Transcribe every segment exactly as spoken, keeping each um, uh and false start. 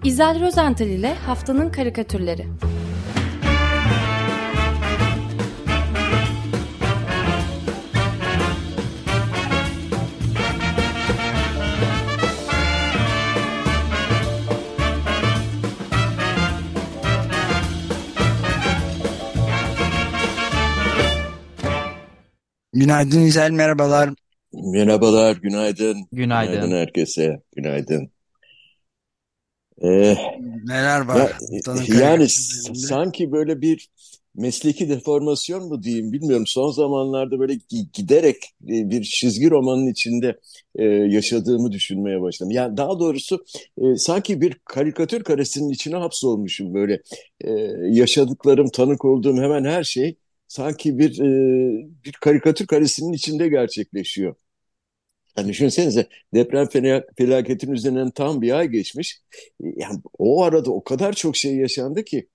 İzel Rozental ile Haftanın Karikatürleri. Günaydın İzel, merhabalar. Merhabalar, günaydın. Günaydın Günaydın. herkese, günaydın. Ee, Neler var ya haftanın yani s- karikatürlerinde? sanki böyle bir mesleki deformasyon mu diyeyim bilmiyorum. Son zamanlarda böyle gi- giderek e, bir çizgi romanın içinde e, yaşadığımı düşünmeye başladım. Yani daha doğrusu e, sanki bir karikatür karesinin içine hapsolmuşum böyle. E, yaşadıklarım, tanık olduğum hemen her şey sanki bir e, bir karikatür karesinin içinde gerçekleşiyor. Yani düşünsenize deprem fela- felaketinin üzerinden tam bir ay geçmiş. Yani o arada o kadar çok şey yaşandı ki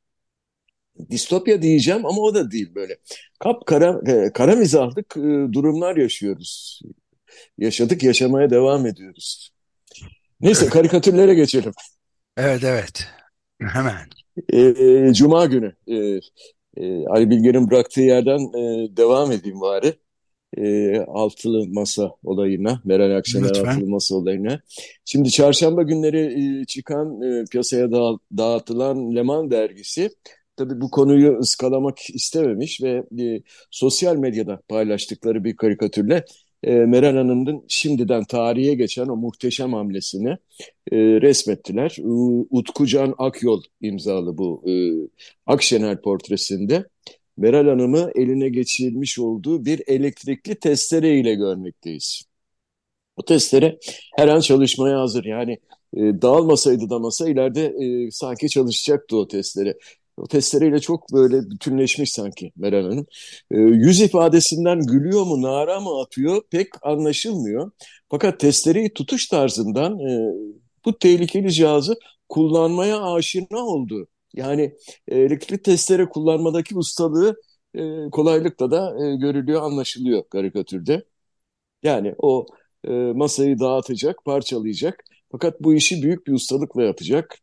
distopya diyeceğim ama o da değil böyle. Kapkara e, kara mizahlık e, durumlar yaşıyoruz. Yaşadık, yaşamaya devam ediyoruz. Neyse karikatürlere geçelim. Evet, evet, hemen. E, e, Cuma günü e, e, Ali Bilge'nin bıraktığı yerden e, devam edeyim bari. E, altılı masa olayına, Meral Akşener Lütfen. altılı masa olayına. Şimdi çarşamba günleri e, çıkan, e, piyasaya dağ- dağıtılan Leman dergisi, tabii bu konuyu ıskalamak istememiş ve e, sosyal medyada paylaştıkları bir karikatürle e, Meral Hanım'ın şimdiden tarihe geçen o muhteşem hamlesini e, resmettiler. U- Utkucan Akyol imzalı bu e, Akşener portresinde Meral Hanım'ı eline geçirilmiş olduğu bir elektrikli testere ile görmekteyiz. O testere her an çalışmaya hazır. Yani e, dağılmasaydı da masa ileride e, sanki çalışacaktı o testere. O testereyle çok böyle bütünleşmiş sanki Meral Hanım. E, yüz ifadesinden gülüyor mu, nara mı atıyor pek anlaşılmıyor. Fakat testereyi tutuş tarzından e, bu tehlikeli cihazı kullanmaya aşina oldu. Yani e, elektrikli testere kullanmadaki ustalığı e, kolaylıkla da e, görülüyor, anlaşılıyor karikatürde. Yani o e, masayı dağıtacak, parçalayacak. Fakat bu işi büyük bir ustalıkla yapacak.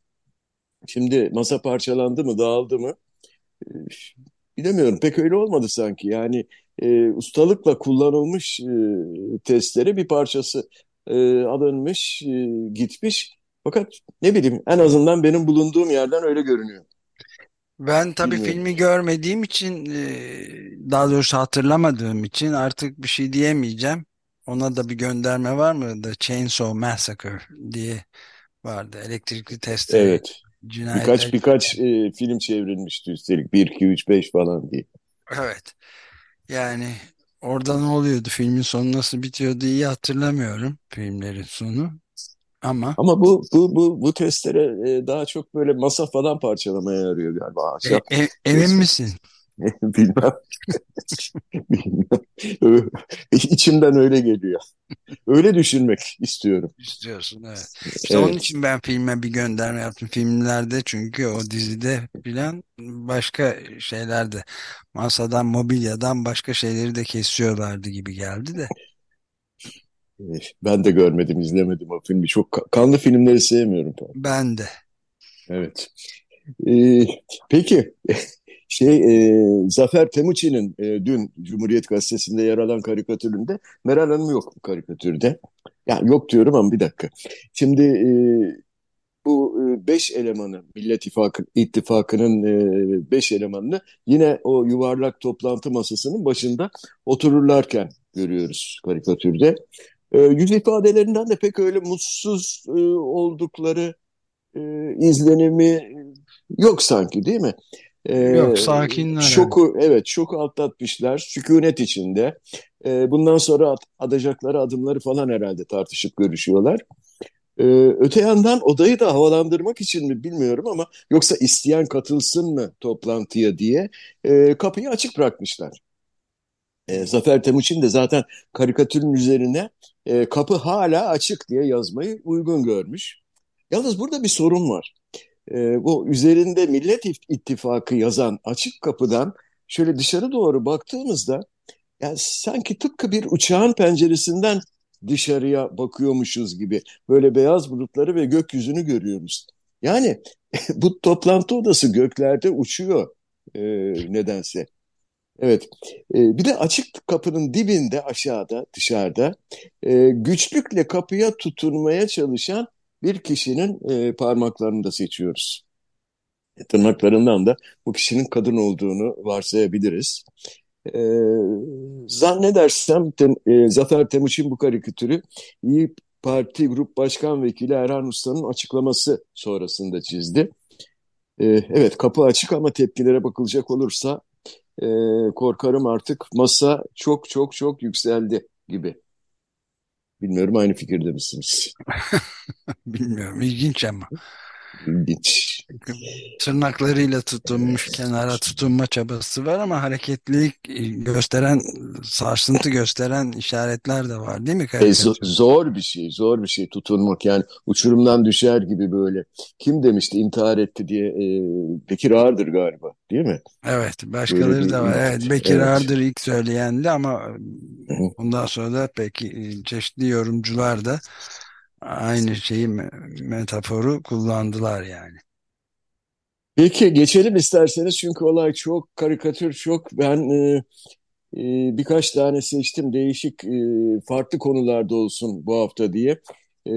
Şimdi masa parçalandı mı, dağıldı mı? E, bilemiyorum. Pek öyle olmadı sanki. Yani e, ustalıkla kullanılmış e, testere bir parçası e, alınmış, e, gitmiş. Fakat ne bileyim, en azından benim bulunduğum yerden öyle görünüyor. Ben tabii Bilmiyorum. filmi görmediğim için, e, daha doğrusu hatırlamadığım için artık bir şey diyemeyeceğim. Ona da bir gönderme var mı? The Chainsaw Massacre diye vardı. Elektrikli testere Evet. Birkaç cinayetler. birkaç e, film çevrilmişti üstelik. Bir, iki, üç, beş falan diye. Evet. Yani orada ne oluyordu? Filmin sonu nasıl bitiyordu iyi hatırlamıyorum. Filmlerin sonu. Ama Ama bu bu bu bu testlere e, daha çok böyle masa falan parçalamaya yarıyor galiba. e- Ahşap e- emin kesme. misin? Bilmem. Bilmem. İçimden öyle geliyor. Öyle düşünmek istiyorum. İstiyorsun, evet. İşte onun Evet. için ben filme bir gönderme yaptım. Filmlerde, çünkü o dizide filan başka şeylerde masadan, mobilyadan başka şeyleri de kesiyorlardı gibi geldi de. E, Ben de görmedim, izlemedim o filmi. Çok ka- kanlı filmleri sevmiyorum. Ben de. Evet. E, peki şey e, Zafer Temuçin'in e, dün Cumhuriyet Gazetesi'nde yer alan karikatüründe Meral Hanım yok bu karikatürde. Ya yok diyorum ama bir dakika. Şimdi e, bu e, beş elemanı, Millet İttifakı, İttifakı'nın e, beş elemanını yine o yuvarlak toplantı masasının başında otururlarken görüyoruz karikatürde. E, yüz ifadelerinden de pek öyle mutsuz e, oldukları e, izlenimi yok sanki, değil mi? E, Yok, sakinler, evet. şoku, evet, şoku atlatmışlar, sükunet içinde. E, bundan sonra at, atacakları adımları falan herhalde tartışıp görüşüyorlar. Ee, öte yandan odayı da havalandırmak için mi bilmiyorum ama yoksa isteyen katılsın mı toplantıya diye e, kapıyı açık bırakmışlar. E, Zafer Temuçin de zaten karikatürün üzerine e, kapı hala açık diye yazmayı uygun görmüş. Yalnız burada bir sorun var. E, bu üzerinde Millet İttifakı yazan açık kapıdan şöyle dışarı doğru baktığımızda yani sanki tıpkı bir uçağın penceresinden dışarıya bakıyormuşuz gibi böyle beyaz bulutları ve gökyüzünü görüyoruz. Yani bu toplantı odası göklerde uçuyor e, nedense. Evet. E, bir de açık kapının dibinde aşağıda dışarıda e, güçlükle kapıya tutunmaya çalışan bir kişinin e, parmaklarını da seçiyoruz. E, tırnaklarından da bu kişinin kadın olduğunu varsayabiliriz. E, Zannedersem Tem- e, Zafer Temuçin bu karikatürü İYİ Parti Grup Başkan Vekili Erhan Usta'nın açıklaması sonrasında çizdi. E, evet, kapı açık ama tepkilere bakılacak olursa e, korkarım artık masa çok çok çok yükseldi gibi. Bilmiyorum, aynı fikirde misiniz? Bilmiyorum. İlginç ama. İlginç. Tırnaklarıyla tutunmuş, kenara tutunma çabası var ama hareketlilik e, gösteren, sarsıntı gösteren işaretler de var değil mi E, zo- karikatürde? zor bir şey, zor bir şey tutunmak, yani uçurumdan düşer gibi böyle. Kim demişti intihar etti diye? E, Bekir Ağırdır galiba, değil mi? Evet, Böyle başkaları da bir var. Evet, ilk, Bekir evet. Ardır ilk söyleyendi ama Hı hı. ondan sonra da peki e, çeşitli yorumcular da aynı şeyi me- metaforu kullandılar yani. Peki geçelim isterseniz, çünkü olay çok, karikatür çok. Ben e, e, birkaç tane seçtim, değişik e, farklı konularda olsun bu hafta diye. E,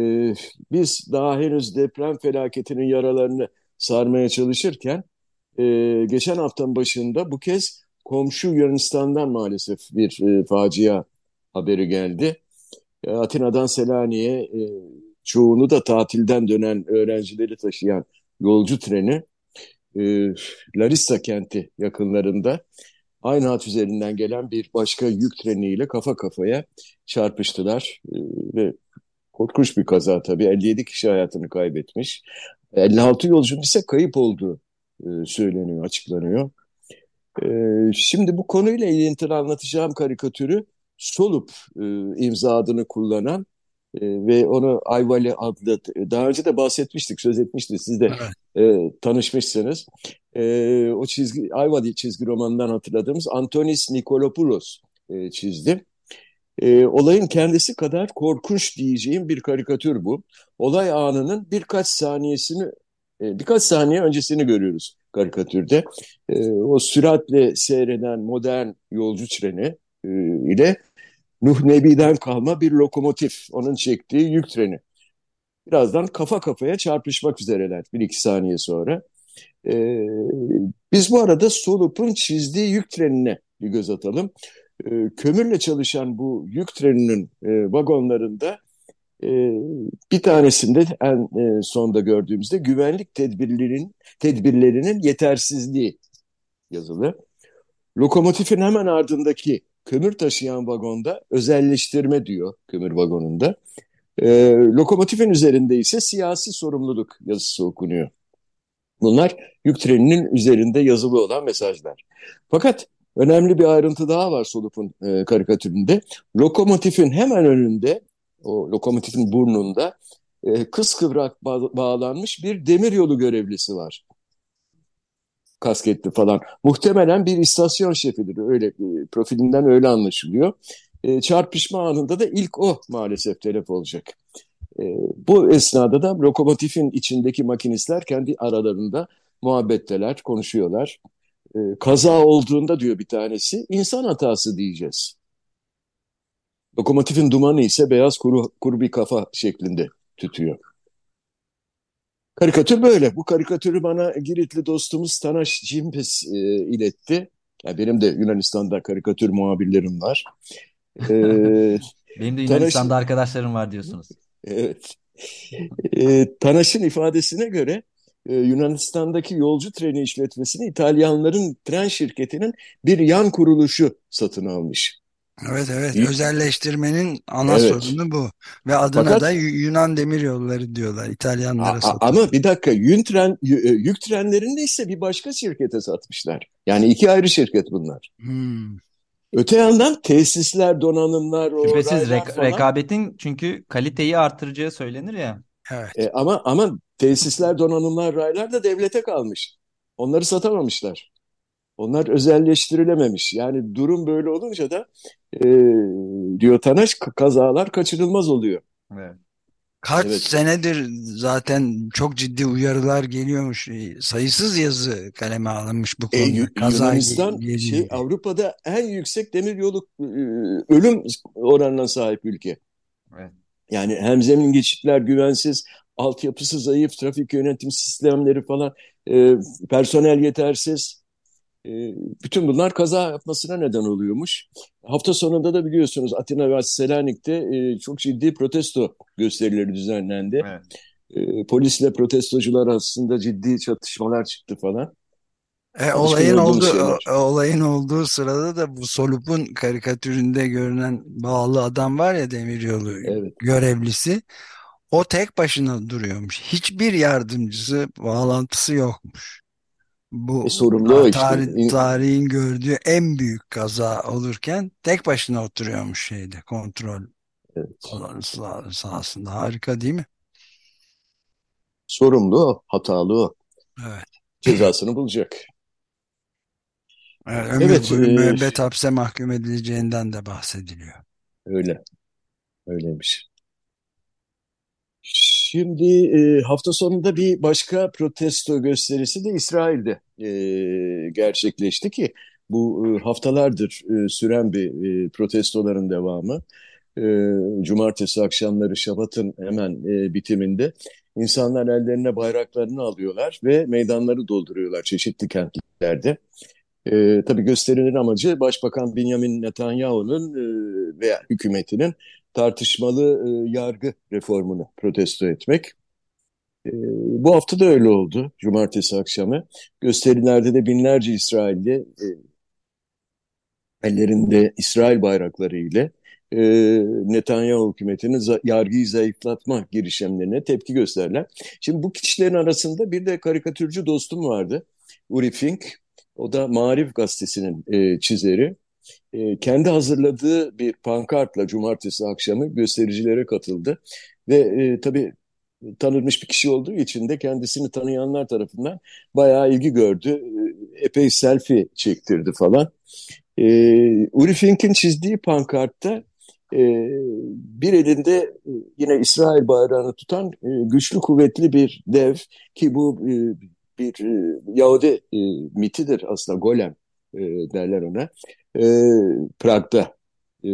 Biz daha henüz deprem felaketinin yaralarını sarmaya çalışırken e, geçen haftanın başında bu kez komşu Yunanistan'dan maalesef bir e, facia haberi geldi. E, Atina'dan Selanik'e e, çoğunu da tatilden dönen öğrencileri taşıyan yolcu treni e, Larissa kenti yakınlarında aynı hat üzerinden gelen bir başka yük treniyle kafa kafaya çarpıştılar. E, ve korkunç bir kaza tabii. elli yedi kişi hayatını kaybetmiş. elli altı yolcunun ise kayıp olduğu e, söyleniyor, açıklanıyor. E, Şimdi bu konuyla ilintili anlatacağım karikatürü Solup e, imza adını kullanan e, ve onu Ayvali adlı, daha önce de bahsetmiştik, söz etmiştik, siz de Evet. e, tanışmışsınız. E, o çizgi, Ayvali çizgi romanından hatırladığımız Antonis Nikolopoulos e, çizdi. E, olayın kendisi kadar korkunç diyeceğim bir karikatür bu. Olay anının birkaç saniyesini, e, birkaç saniye öncesini görüyoruz karikatürde. E, o süratle seyreden modern yolcu treni e, ile Nuh Nebi'den kalma bir lokomotif, onun çektiği yük treni. Birazdan kafa kafaya çarpışmak üzereler bir iki saniye sonra. E, Biz bu arada Solup'un çizdiği yük trenine bir göz atalım. E, kömürle çalışan bu yük treninin e, vagonlarında e, bir tanesinde en e, sonda gördüğümüzde güvenlik tedbirlerinin tedbirlerinin yetersizliği yazılı. Lokomotifin hemen ardındaki kömür taşıyan vagonda özelleştirme diyor, kömür vagonunda. E, Lokomotifin üzerinde ise siyasi sorumluluk yazısı okunuyor. Bunlar yük treninin üzerinde yazılı olan mesajlar. Fakat önemli bir ayrıntı daha var Solup'un e, karikatüründe. Lokomotifin hemen önünde, o lokomotifin burnunda e, kıskıvrak ba- bağlanmış bir demiryolu görevlisi var. Kasketli falan. Muhtemelen bir istasyon şefidir. Öyle e, profilinden öyle anlaşılıyor. E, çarpışma anında da ilk o maalesef telef olacak. E, Bu esnada da lokomotifin içindeki makinistler kendi aralarında muhabbetteler, konuşuyorlar. E, kaza olduğunda diyor bir tanesi, insan hatası diyeceğiz. Lokomotifin dumanı ise beyaz kuru, kuru bir kafa şeklinde tütüyor. Karikatür böyle. Bu karikatürü bana Giritli dostumuz Tanaş Cimpes e, iletti. Ya benim de Yunanistan'da karikatür muhabirlerim var. E, Benim de Tanaş, Yunanistan'da arkadaşlarım var diyorsunuz. evet. E, Tanaş'ın ifadesine göre e, Yunanistan'daki yolcu treni işletmesini İtalyanların tren şirketinin bir yan kuruluşu satın almış. Evet, evet, Y- özelleştirmenin ana Evet. sorunu bu ve adına da Fakat Yu- Yunan Demiryolları diyorlar, a- İtalyanlara a- satıyor. ama bir dakika, yün tren, y- e, yük trenlerini ise bir başka şirkete satmışlar. Yani iki ayrı şirket bunlar. Hmm. Öte yandan tesisler, donanımlar, o Şüphesiz raylar rek- falan. rekabetin çünkü kaliteyi artıracağı söylenir ya. E, Evet. ama ama tesisler, donanımlar, raylar da devlete kalmış. Onları satamamışlar. Onlar özelleştirilememiş. Yani durum böyle olunca da e, diyor Tanaş, kazalar kaçınılmaz oluyor. Evet. Kaç Evet. senedir zaten çok ciddi uyarılar geliyormuş. E, Sayısız yazı kaleme alınmış bu E, konuda. Yu- Kaza Yunanistan ge- geliyor şey diye. Avrupa'da en yüksek demiryolu e, ölüm oranına sahip ülke. Evet. Yani hemzemin geçitler güvensiz, altyapısı zayıf, trafik yönetim sistemleri falan, e, personel yetersiz. E, Bütün bunlar kaza yapmasına neden oluyormuş. Hafta sonunda da biliyorsunuz Atina ve Selanik'te e, çok ciddi protesto gösterileri düzenlendi. Evet. E, polisle protestocular arasında ciddi çatışmalar çıktı falan. E, Alışkın olayın olduğumuz olduğu şeyler. o- olayın olduğu sırada da bu Solup'un karikatüründe görünen bağlı adam var ya, demiryolu Evet. görevlisi. O tek başına duruyormuş. Hiçbir yardımcısı, bağlantısı yokmuş. E, Bu sorumlu o işte. tarih, İn- tarihin gördüğü en büyük kaza olurken tek başına oturuyormuş şeyde, kontrol Evet. sah- sahasında. Harika değil mi? Sorumlu o, hatalı o. Evet. Cezasını bulacak. Evet, ömür Evet, boyu e, müebbet hapse mahkum edileceğinden de bahsediliyor. öyle, öyleymiş. Şimdi e, hafta sonunda bir başka protesto gösterisi de İsrail'de e, gerçekleşti ki bu e, haftalardır e, süren bir e, protestoların devamı. E, Cumartesi akşamları Şabat'ın hemen e, bitiminde insanlar ellerine bayraklarını alıyorlar ve meydanları dolduruyorlar çeşitli kentlerde. E, tabii gösterinin amacı Başbakan Benjamin Netanyahu'nun e, veya hükümetinin tartışmalı e, yargı reformunu protesto etmek. E, Bu hafta da öyle oldu, Cumartesi akşamı. Gösterilerde de binlerce İsrailli e, ellerinde İsrail bayrakları ile e, Netanyahu hükümetinin za- yargıyı zayıflatma girişimlerine tepki gösterdiler. Şimdi bu kişilerin arasında bir de karikatürcü dostum vardı, Uri Fink. O da Maariv gazetesinin e, çizeri. E, kendi hazırladığı bir pankartla cumartesi akşamı göstericilere katıldı. Ve e, tabii tanınmış bir kişi olduğu için de kendisini tanıyanlar tarafından bayağı ilgi gördü. E, epey selfie çektirdi falan. E, Uri Fink'in çizdiği pankartta e, bir elinde e, yine İsrail bayrağını tutan e, güçlü kuvvetli bir dev, ki bu e, bir e, Yahudi e, mitidir aslında, golem e, derler ona. E, Prag'da e,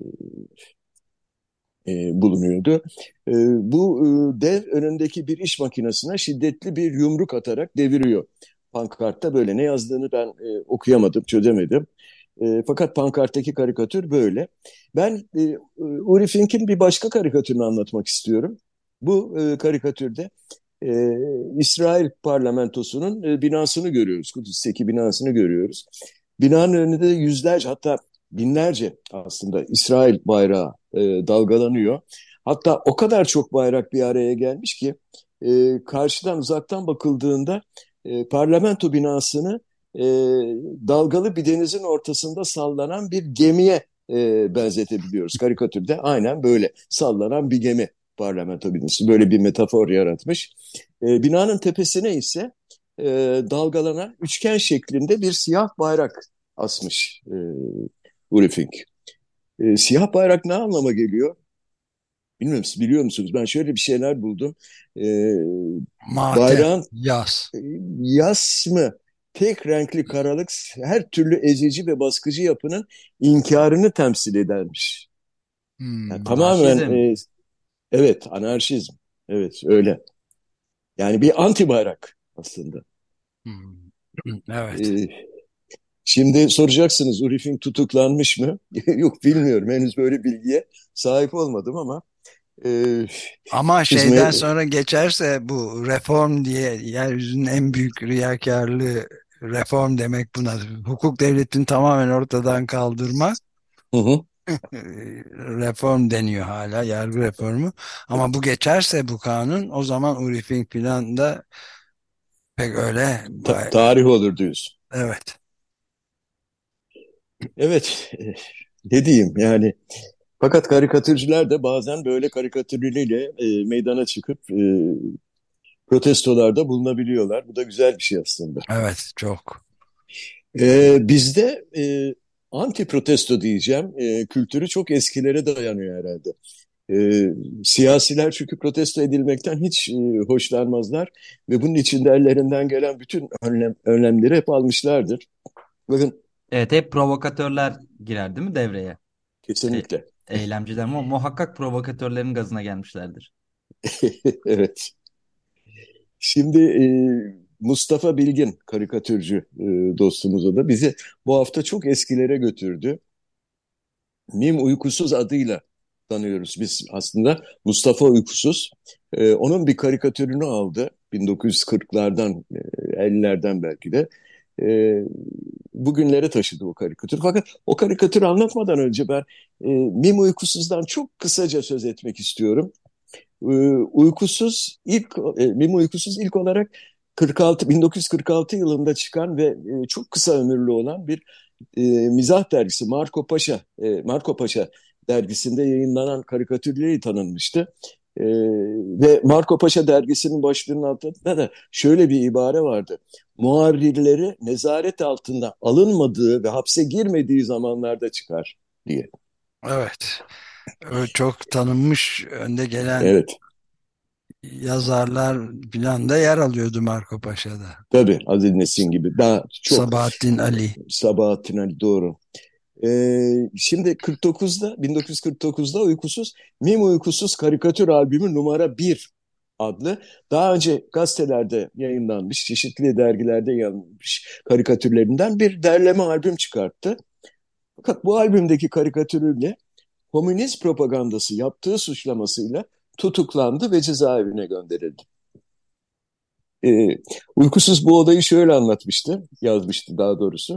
e, bulunuyordu. E, bu e, dev önündeki bir iş makinesine şiddetli bir yumruk atarak deviriyor. Pankartta böyle, ne yazdığını ben e, okuyamadım, çözemedim. E, fakat pankarttaki karikatür böyle. Ben e, Uri Fink'in bir başka karikatürünü anlatmak istiyorum. Bu e, karikatürde e, İsrail parlamentosunun e, binasını görüyoruz. Kudüs'teki binasını görüyoruz. Binanın önünde yüzlerce, hatta binlerce aslında İsrail bayrağı e, dalgalanıyor. Hatta o kadar çok bayrak bir araya gelmiş ki e, karşıdan, uzaktan bakıldığında e, parlamento binasını e, dalgalı bir denizin ortasında sallanan bir gemiye e, benzetebiliyoruz. Karikatürde aynen böyle sallanan bir gemi parlamento binası. Böyle bir metafor yaratmış. E, binanın tepesine ise e, dalgalanan üçgen şeklinde bir siyah bayrak asmış e, Uri Fink. E, siyah bayrak ne anlama geliyor? Bilmiyorum, siz biliyor musunuz? Ben şöyle bir şeyler buldum. E, Matem, Bayrağın yas. e, yas mı, tek renkli karalık, her türlü ezici ve baskıcı yapının inkarını temsil edermiş. Yani Hmm. tamamen Anarşizm. e, evet, anarşizm. Evet, öyle. Yani bir anti bayrak aslında. Hmm. Evet. E, Şimdi soracaksınız, Uri Fink tutuklanmış mı? Yok, bilmiyorum. Henüz böyle bilgiye sahip olmadım ama e, Ama şeyden kızmaya... sonra geçerse bu reform diye, yeryüzünün en büyük riyakarlığı reform demek buna. Hukuk devletini tamamen ortadan kaldırmak Hı hı. reform deniyor hala, yargı reformu. Ama bu geçerse, bu kanun, o zaman Uri Fink falan da pek öyle. Ta- Bay- tarih olur diyorsun. Evet. Evet, e, ne diyeyim yani. Fakat karikatürcüler de bazen böyle karikatürleriyle e, meydana çıkıp e, protestolarda bulunabiliyorlar. Bu da güzel bir şey aslında. Evet, çok. E, bizde e, anti protesto diyeceğim, e, kültürü çok eskilere dayanıyor herhalde. E, Siyasiler çünkü protesto edilmekten hiç e, hoşlanmazlar ve bunun için de ellerinden gelen bütün önlem, önlemleri hep almışlardır. Bakın, Evet, hep provokatörler girer değil mi devreye? E, kesinlikle. eylemciler ama muhakkak provokatörlerin gazına gelmişlerdir. Evet. Şimdi e, Mustafa Bilgin karikatürcü e, dostumuza da bizi bu hafta çok eskilere götürdü. Mim Uykusuz adıyla tanıyoruz biz aslında. Mustafa Uykusuz. E, onun bir karikatürünü aldı bin dokuz yüz kırklardan, e, ellilerden belki de. E, Bugünlere taşıdı o karikatür. Fakat o karikatürü anlatmadan önce ben e, Mim Uykusuz'dan çok kısaca söz etmek istiyorum. E, Uykusuz ilk e, Mim Uykusuz ilk olarak kırk altı bin dokuz yüz kırk altı yılında çıkan ve e, çok kısa ömürlü olan bir e, mizah dergisi Marco Paşa e, Marco Paşa dergisinde yayınlanan karikatürleri tanınmıştı. E, Ve Marco Paşa dergisinin başlığının altında da şöyle bir ibare vardı. Muharrirleri nezaret altında alınmadığı ve hapse girmediği zamanlarda çıkar diye. Evet. Ö- Çok tanınmış önde gelen Evet, yazarlar filan da yer alıyordu Marco Paşa'da. tabii Aziz Nesin gibi daha çok. Sabahattin Ali. Sabahattin Ali, doğru. Ee, şimdi kırk dokuzda bin dokuz yüz kırk dokuzda Uykusuz Mim Uykusuz karikatür albümü numara bir adlı, daha önce gazetelerde yayınlanmış, çeşitli dergilerde yayınlanmış karikatürlerinden bir derleme albüm çıkarttı. Fakat bu albümdeki karikatürüyle komünist propagandası yaptığı suçlamasıyla tutuklandı ve cezaevine gönderildi. Ee, Uykusuz bu olayı şöyle anlatmıştı, yazmıştı daha doğrusu.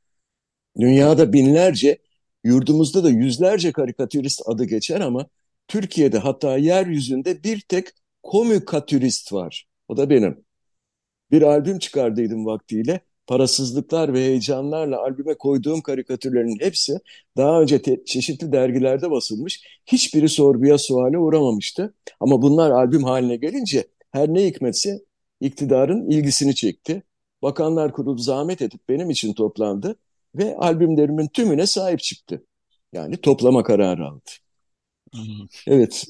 Dünyada binlerce, yurdumuzda da yüzlerce karikatürist adı geçer ama Türkiye'de, hatta yeryüzünde bir tek komikatürist var. O da benim. Bir albüm çıkardıydım vaktiyle. Parasızlıklar ve heyecanlarla albüme koyduğum karikatürlerin hepsi daha önce te- çeşitli dergilerde basılmış. Hiçbiri sorguya suale uğramamıştı. Ama bunlar albüm haline gelince her ne hikmetse iktidarın ilgisini çekti. Bakanlar Kurulu zahmet edip benim için toplandı ve albümlerimin tümüne sahip çıktı. Yani toplama kararı aldı. Hmm. Evet,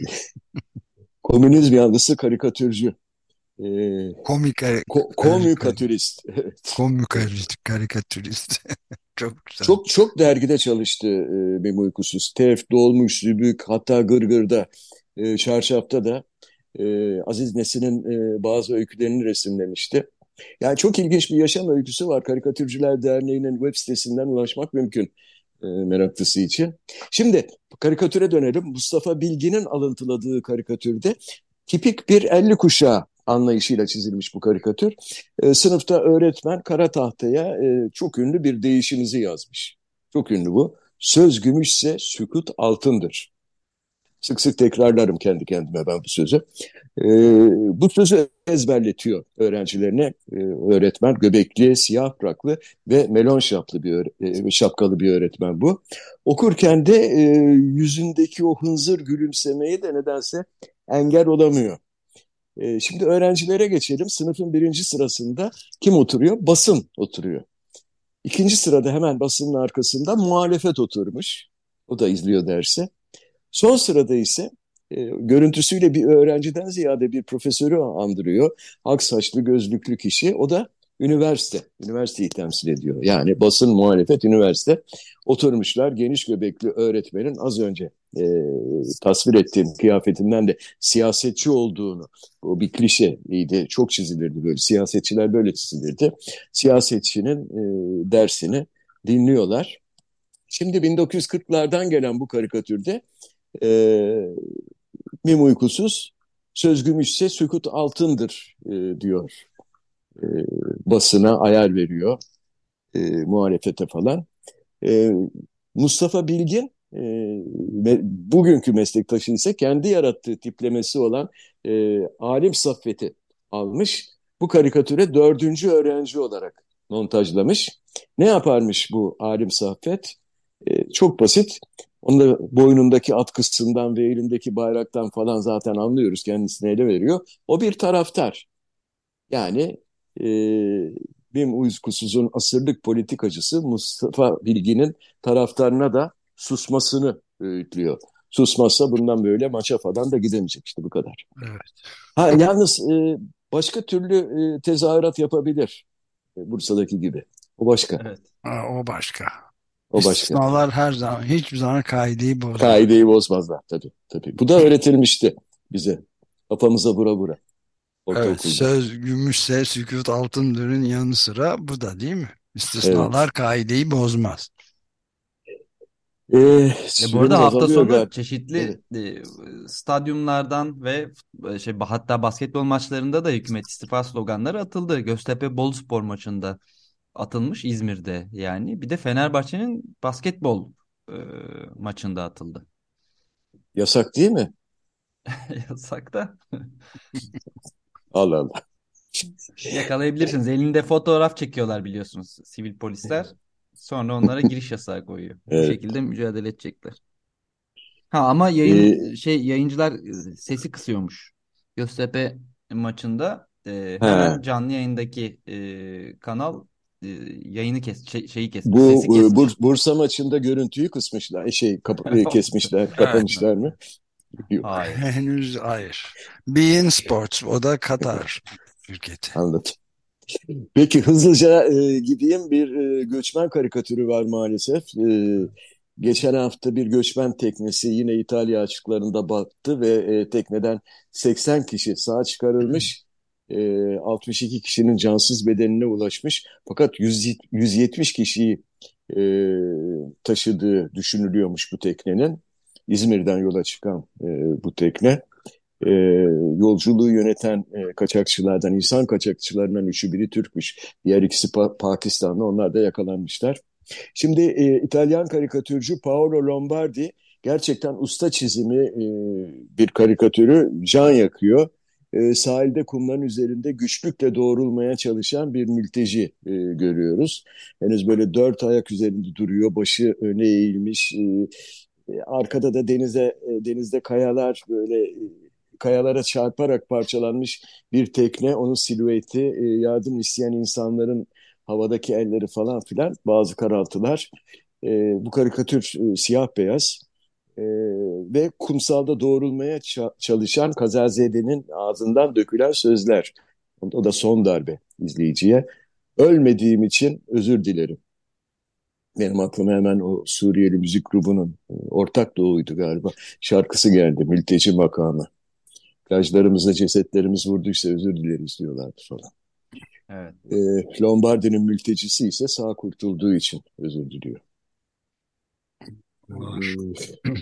komünizm yanlısı karikatürcü. Ee, Komik kar- ko kar- komikatürist. Evet. komik kar- karikatürist. Çok güzel. Çok çok dergide çalıştı e, Mim Uykusuz. Tef, Dolmuş, Zübük, hatta Gırgır'da, e, Çarşaf'ta da e, Aziz Nesin'in e, bazı öykülerini resimlemişti. Yani çok ilginç bir yaşam öyküsü var. Karikatürcüler Derneği'nin web sitesinden ulaşmak mümkün e, meraklısı için. Şimdi karikatüre dönelim. Mustafa Bilgin'in alıntıladığı karikatürde tipik bir elli kuşağı anlayışıyla çizilmiş bu karikatür. E, sınıfta öğretmen kara tahtaya e, çok ünlü bir deyişimizi yazmış. Çok ünlü bu. Söz gümüşse sükut altındır. Sık sık tekrarlarım kendi kendime ben bu sözü. E, Bu sözü ezberletiyor öğrencilerine. E, öğretmen göbekli, siyah fraklı ve melon şaplı bir e, şapkalı bir öğretmen bu. Okurken de e, yüzündeki o hınzır gülümsemeyi de nedense engel olamıyor. E, şimdi öğrencilere geçelim. Sınıfın birinci sırasında kim oturuyor? Basın oturuyor. İkinci sırada hemen basının arkasında muhalefet oturmuş. O da izliyor dersi. Son sırada ise e, görüntüsüyle bir öğrenciden ziyade bir profesörü andırıyor. Ak saçlı gözlüklü kişi. O da üniversite. Üniversiteyi temsil ediyor. Yani basın, muhalefet, üniversite. Oturmuşlar, geniş göbekli öğretmenin az önce e, tasvir ettiğim kıyafetinden de siyasetçi olduğunu, o bir klişeydi, çok çizilirdi böyle. Siyasetçiler böyle çizilirdi. Siyasetçinin e, dersini dinliyorlar. Şimdi bin dokuz yüz kırklardan gelen bu karikatürde e, Mim Uykusuz söz gümüşse sükut altındır e, diyor. E, Basına ayar veriyor, e, muhalefete falan. E, Mustafa Bilgin e, me, bugünkü meslektaşı ise kendi yarattığı tiplemesi olan e, Alim Saffet'i almış. Bu karikatüre dördüncü öğrenci olarak montajlamış. Ne yaparmış bu Alim Saffet? E, çok basit. Onun da boynundaki atkısından ve elindeki bayraktan falan zaten anlıyoruz kendisine ele veriyor. O bir taraftar. Yani e, Mim Uykusuz'un asırlık politikacısı Mustafa Bilgin'in taraftarına da susmasını öğütlüyor. Susmazsa bundan böyle maça falan da gidemeyecek, işte bu kadar. Evet. Ha yalnız e, başka türlü e, tezahürat yapabilir. E, Bursa'daki gibi. O başka. Evet. Ha, o başka. O başka. İstisnalar her zaman hiçbir zaman kaideyi bozmaz. Kaideyi bozmazlar tabii. Tabii. Bu da öğretilmişti bize. Kafamıza vura vura. Evet, Ortaokulda. söz gümüşse sükût altındırın yanı sıra bu da değil mi? İstisnalar Evet. kaideyi bozmaz. E, Ve bu arada süremiz hafta azalıyor sonu galiba. çeşitli Evet. e, stadyumlardan ve e, şey hatta basketbol maçlarında da hükümet istifa sloganları atıldı. Göztepe Boluspor maçında atılmış, İzmir'de yani. Bir de Fenerbahçe'nin basketbol e, maçında atıldı. Yasak değil mi? Yasak da Allah Allah. yakalayabilirsiniz. Elinde fotoğraf çekiyorlar biliyorsunuz sivil polisler. Sonra onlara giriş yasağı koyuyor. Bu Evet. şekilde mücadele edecekler. Ha ama yayın E, şey yayıncılar e, sesi kısıyormuş. Göztepe maçında e, hemen ha. canlı yayındaki e, kanal e, yayını kes şey- şeyi kesmiş, Bu sesi e, Bur- kesmiş. Bursa maçında görüntüyü kısmışlar. E, Şey kapa- e, kesmişler, Evet. kapamışlar mı? Yok. Hayır. Henüz hayır. Bein Sports, o da Katar şirketi. Anladım. Peki hızlıca e, gideyim. Bir e, göçmen karikatürü var maalesef. E, geçen hafta bir göçmen teknesi yine İtalya açıklarında battı ve e, tekneden seksen kişi sağ çıkarılmış. E, altmış iki kişinin cansız bedenine ulaşmış. Fakat yüz, yüz yetmiş kişiyi e, taşıdığı düşünülüyormuş bu teknenin. İzmir'den yola çıkan e, bu tekne. E, yolculuğu yöneten e, kaçakçılardan, insan kaçakçılarından üçü biri Türkmüş. Diğer ikisi pa- Pakistanlı, onlar da yakalanmışlar. Şimdi e, İtalyan karikatürcü Paolo Lombardi gerçekten usta çizimi e, bir karikatürü can yakıyor. E, sahilde kumların üzerinde güçlükle doğrulmaya çalışan bir mülteci e, görüyoruz. Henüz böyle dört ayak üzerinde duruyor, başı öne eğilmiş. E, e, arkada da denize e, denizde kayalar böyle e, kayalara çarparak parçalanmış bir tekne. Onun silüeti, e, yardım isteyen insanların havadaki elleri falan filan, bazı karaltılar. E, bu karikatür e, siyah beyaz. E, ve kumsalda doğrulmaya ça- çalışan Kazazede'nin ağzından dökülen sözler. O da son darbe izleyiciye. Ölmediğim için özür dilerim. Benim aklıma hemen o Suriyeli müzik grubunun e, Ortak Doğu'ydu galiba. Şarkısı geldi. Mülteci makamı. Plajlarımıza cesetlerimiz vurduysa özür dileriz diyorlardı falan. Evet. E, Lombardi'nin mültecisi ise sağ kurtulduğu için özür diliyor. Var. E,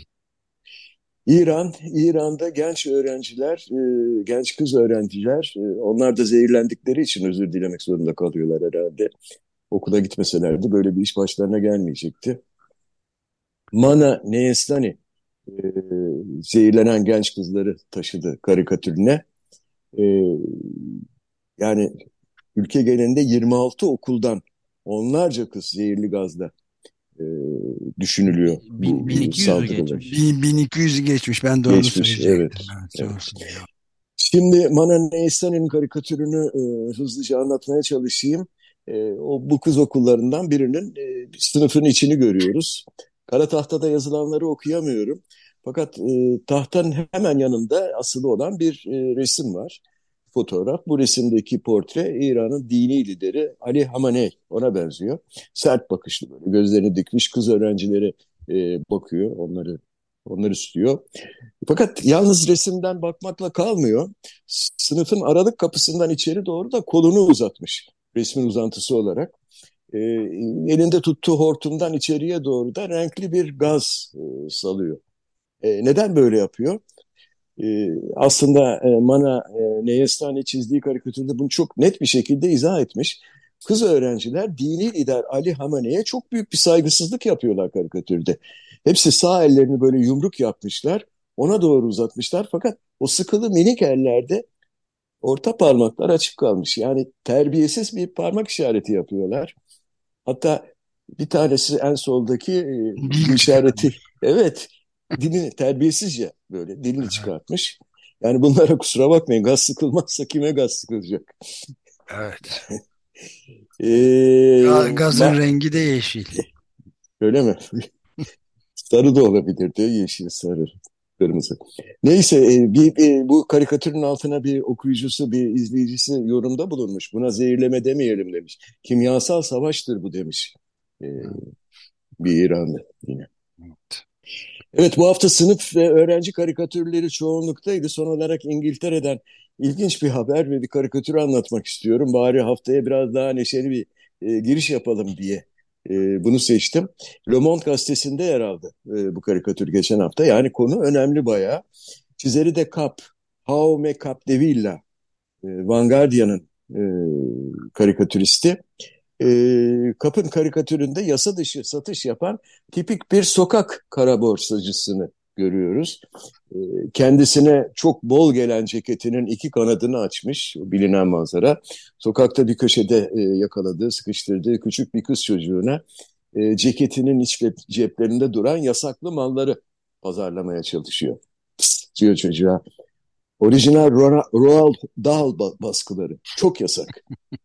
İran, İran'da genç öğrenciler, e, genç kız öğrenciler, e, onlar da zehirlendikleri için özür dilemek zorunda kalıyorlar herhalde. Okula gitmeselerdi böyle bir iş başlarına gelmeyecekti. Mana Neyestani e, zehirlenen genç kızları taşıdı karikatürüne. E, yani ülke genelinde yirmi altı okuldan onlarca kız zehirli gazla e, düşünülüyor Bin, bu e, bin iki yüzü saldırılar. geçmiş. Bin- 1200'ü geçmiş. Ben de onu Geçmiş, evet, söyleyecektim. Evet, evet. olsun ya. Şimdi Manan Neysan'ın karikatürünü e, hızlıca anlatmaya çalışayım. E, o bu kız okullarından birinin e, sınıfın içini görüyoruz. Kara tahtada yazılanları okuyamıyorum. Fakat e, tahtanın hemen yanında asılı olan bir e, resim var. Fotoğraf. Bu resimdeki portre İran'ın dini lideri Ali Hamenei. Ona benziyor. Sert bakışlı böyle. Gözlerini dikmiş, kız öğrencileri e, bakıyor. Onları onları istiyor. Fakat yalnız resimden bakmakla kalmıyor. Sınıfın aralık kapısından içeri doğru da kolunu uzatmış resmin uzantısı olarak. E, elinde tuttuğu hortumdan içeriye doğru da renkli bir gaz e, salıyor. E, neden böyle yapıyor? E, aslında e, Mana e, Neyestani çizdiği karikatürde bunu çok net bir şekilde izah etmiş. Kız öğrenciler dini lider Ali Hamene'ye çok büyük bir saygısızlık yapıyorlar karikatürde. Hepsi sağ ellerini böyle yumruk yapmışlar. Ona doğru uzatmışlar. Fakat o sıkılı minik ellerde orta parmaklar açık kalmış. Yani terbiyesiz bir parmak işareti yapıyorlar. Hatta bir tanesi en soldaki e, Dil bu işareti, çıkarmış. evet, dilini terbiyesizce böyle dilini çıkartmış. Yani bunlara kusura bakmayın, gaz sıkılmazsa kime gaz sıkılacak? Evet. Ga- Ee, Gazın ba- rengi de yeşil. öyle mi? Sarı da olabilirdi. Yeşil, sarı, kırmızı. Neyse e, bir, bir- bu karikatürün altına bir okuyucusu, bir izleyicisi yorumda bulunmuş. Buna zehirleme demeyelim demiş. Kimyasal savaştır bu demiş. E, bir İranlı yine. Evet. Evet, bu hafta sınıf ve öğrenci karikatürleri çoğunluktaydı. Son olarak İngiltere'den ilginç bir haber ve bir karikatürü anlatmak istiyorum. Bari haftaya biraz daha neşeli bir e, giriş yapalım diye e, bunu seçtim. Le Monde gazetesinde yer aldı e, bu karikatür geçen hafta. Yani konu önemli bayağı. Çizeri de Cap, Jaume Capdevila, e, Vanguardian'ın e, karikatüristi. E, Kap'ın karikatüründe yasa dışı satış yapan tipik bir sokak kara borsacısını görüyoruz. E, kendisine çok bol gelen ceketinin iki kanadını açmış, o bilinen manzara. Sokakta bir köşede e, yakaladığı, sıkıştırdığı küçük bir kız çocuğuna e, ceketinin iç ceplerinde duran yasaklı malları pazarlamaya çalışıyor. Psst diyor çocuğa. Orijinal Roald Dahl baskıları. Çok yasak.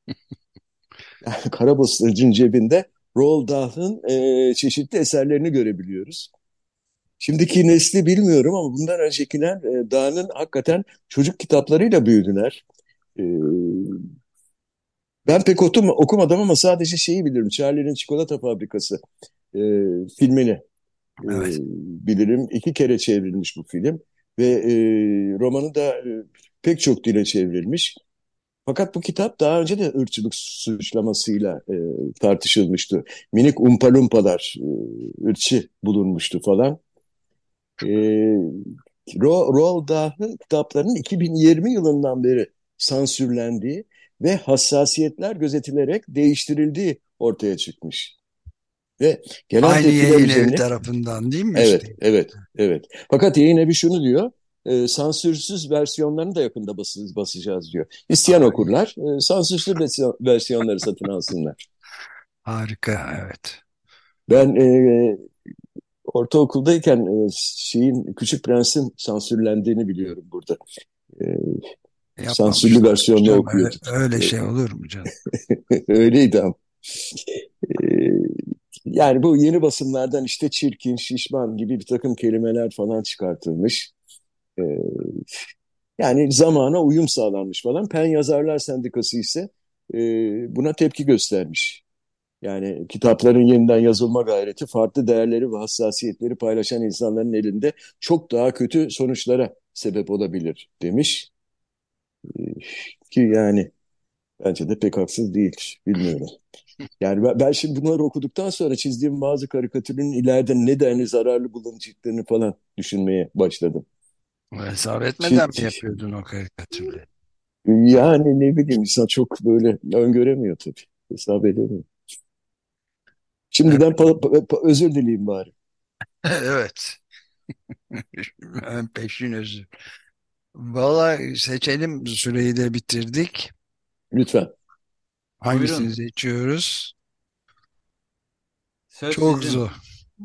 Kara basıcının cebinde Roald Dahl'ın e, çeşitli eserlerini görebiliyoruz. Şimdiki nesli bilmiyorum ama bundan öncekiler e, Dahl'ın hakikaten çocuk kitaplarıyla büyüdüler. E, ben pek otum, okumadım ama sadece şeyi bilirim. Charlie'nin Çikolata Fabrikası e, filmini e, Evet. bilirim. İki kere çevrilmiş bu film ve e, romanı da e, pek çok dile çevrilmiş. Fakat bu kitap daha önce de ırkçılık suçlamasıyla e, tartışılmıştı. Minik umpalumpalar e, ırkçı bulunmuştu falan. E, Ro Roald Dahl'ın kitaplarının iki bin yirmi yılından beri sansürlendiği ve hassasiyetler gözetilerek değiştirildiği ortaya çıkmış. Ve gelen Aynı tepkiler yayın evi üzerine tarafından değil mi evet, üstelik? evet, evet. Fakat yayın evi şunu diyor, e, sansürsüz versiyonlarını da yakında bas basacağız diyor. İsteyen Ay, okurlar e, sansürsüz versiyonları satın alsınlar. harika, evet. Ben e, ortaokuldayken e, şeyin Küçük Prens'in sansürlendiğini biliyorum burada. E, sansürlü Yapmamışlardır versiyonunu canım. Öyle, okuyorduk. öyle şey olur mu canım? Öyleydi ama. E, yani bu yeni basımlardan işte çirkin, şişman gibi bir takım kelimeler falan çıkartılmış. E, Yani zamana uyum sağlanmış falan. Pen Yazarlar Sendikası ise e, buna tepki göstermiş. Yani kitapların yeniden yazılma gayreti farklı değerleri ve hassasiyetleri paylaşan insanların elinde çok daha kötü sonuçlara sebep olabilir demiş. E, ki yani bence de pek haksız değil. Bilmiyorum. Yani ben, ben şimdi bunları okuduktan sonra çizdiğim bazı karikatürün ileride ne denli zararlı bulunabileceklerini falan düşünmeye başladım. O hesap etmeden mi Çi- yapıyordun o karikatürleri? Yani ne bileyim insan çok böyle öngöremiyor tabii. Hesap edemiyor. Evet. Şimdiden pa- pa- pa- özür dileyim bari. Evet. Ön peşin özür. Valla seçelim, süreyi de bitirdik. Lütfen. Hangisini Buyurun. seçiyoruz? Söz Çok sizin. zor.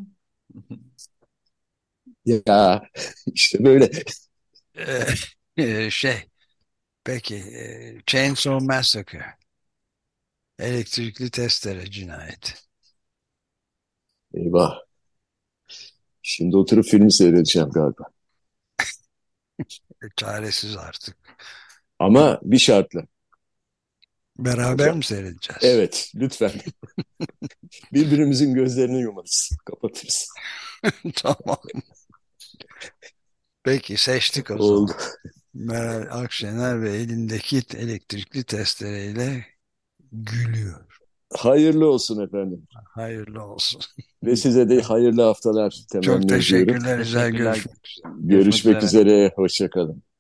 Ya işte böyle. Ee, e, şey, peki. e, Chainsaw Massacre. Elektrikli testere cinayeti. Eyvah. Şimdi oturup filmi seyredeceğim galiba. E, Çaresiz artık. Ama bir şartla. O Beraber zaman. mi seyredeceğiz? Evet, lütfen. Birbirimizin gözlerini yumarız, kapatırız. Tamam. Peki seçtik o Oldu. zaman. Meral Akşener ve elindeki elektrikli testereyle gülüyor. Hayırlı olsun efendim. Hayırlı olsun. Ve size de hayırlı haftalar Çok temenni ediyorum. teşekkürler. Güzel Teşekkürler. görüşmek üzere. Görüşmek Görüşmek üzere. üzere, hoşça kalın.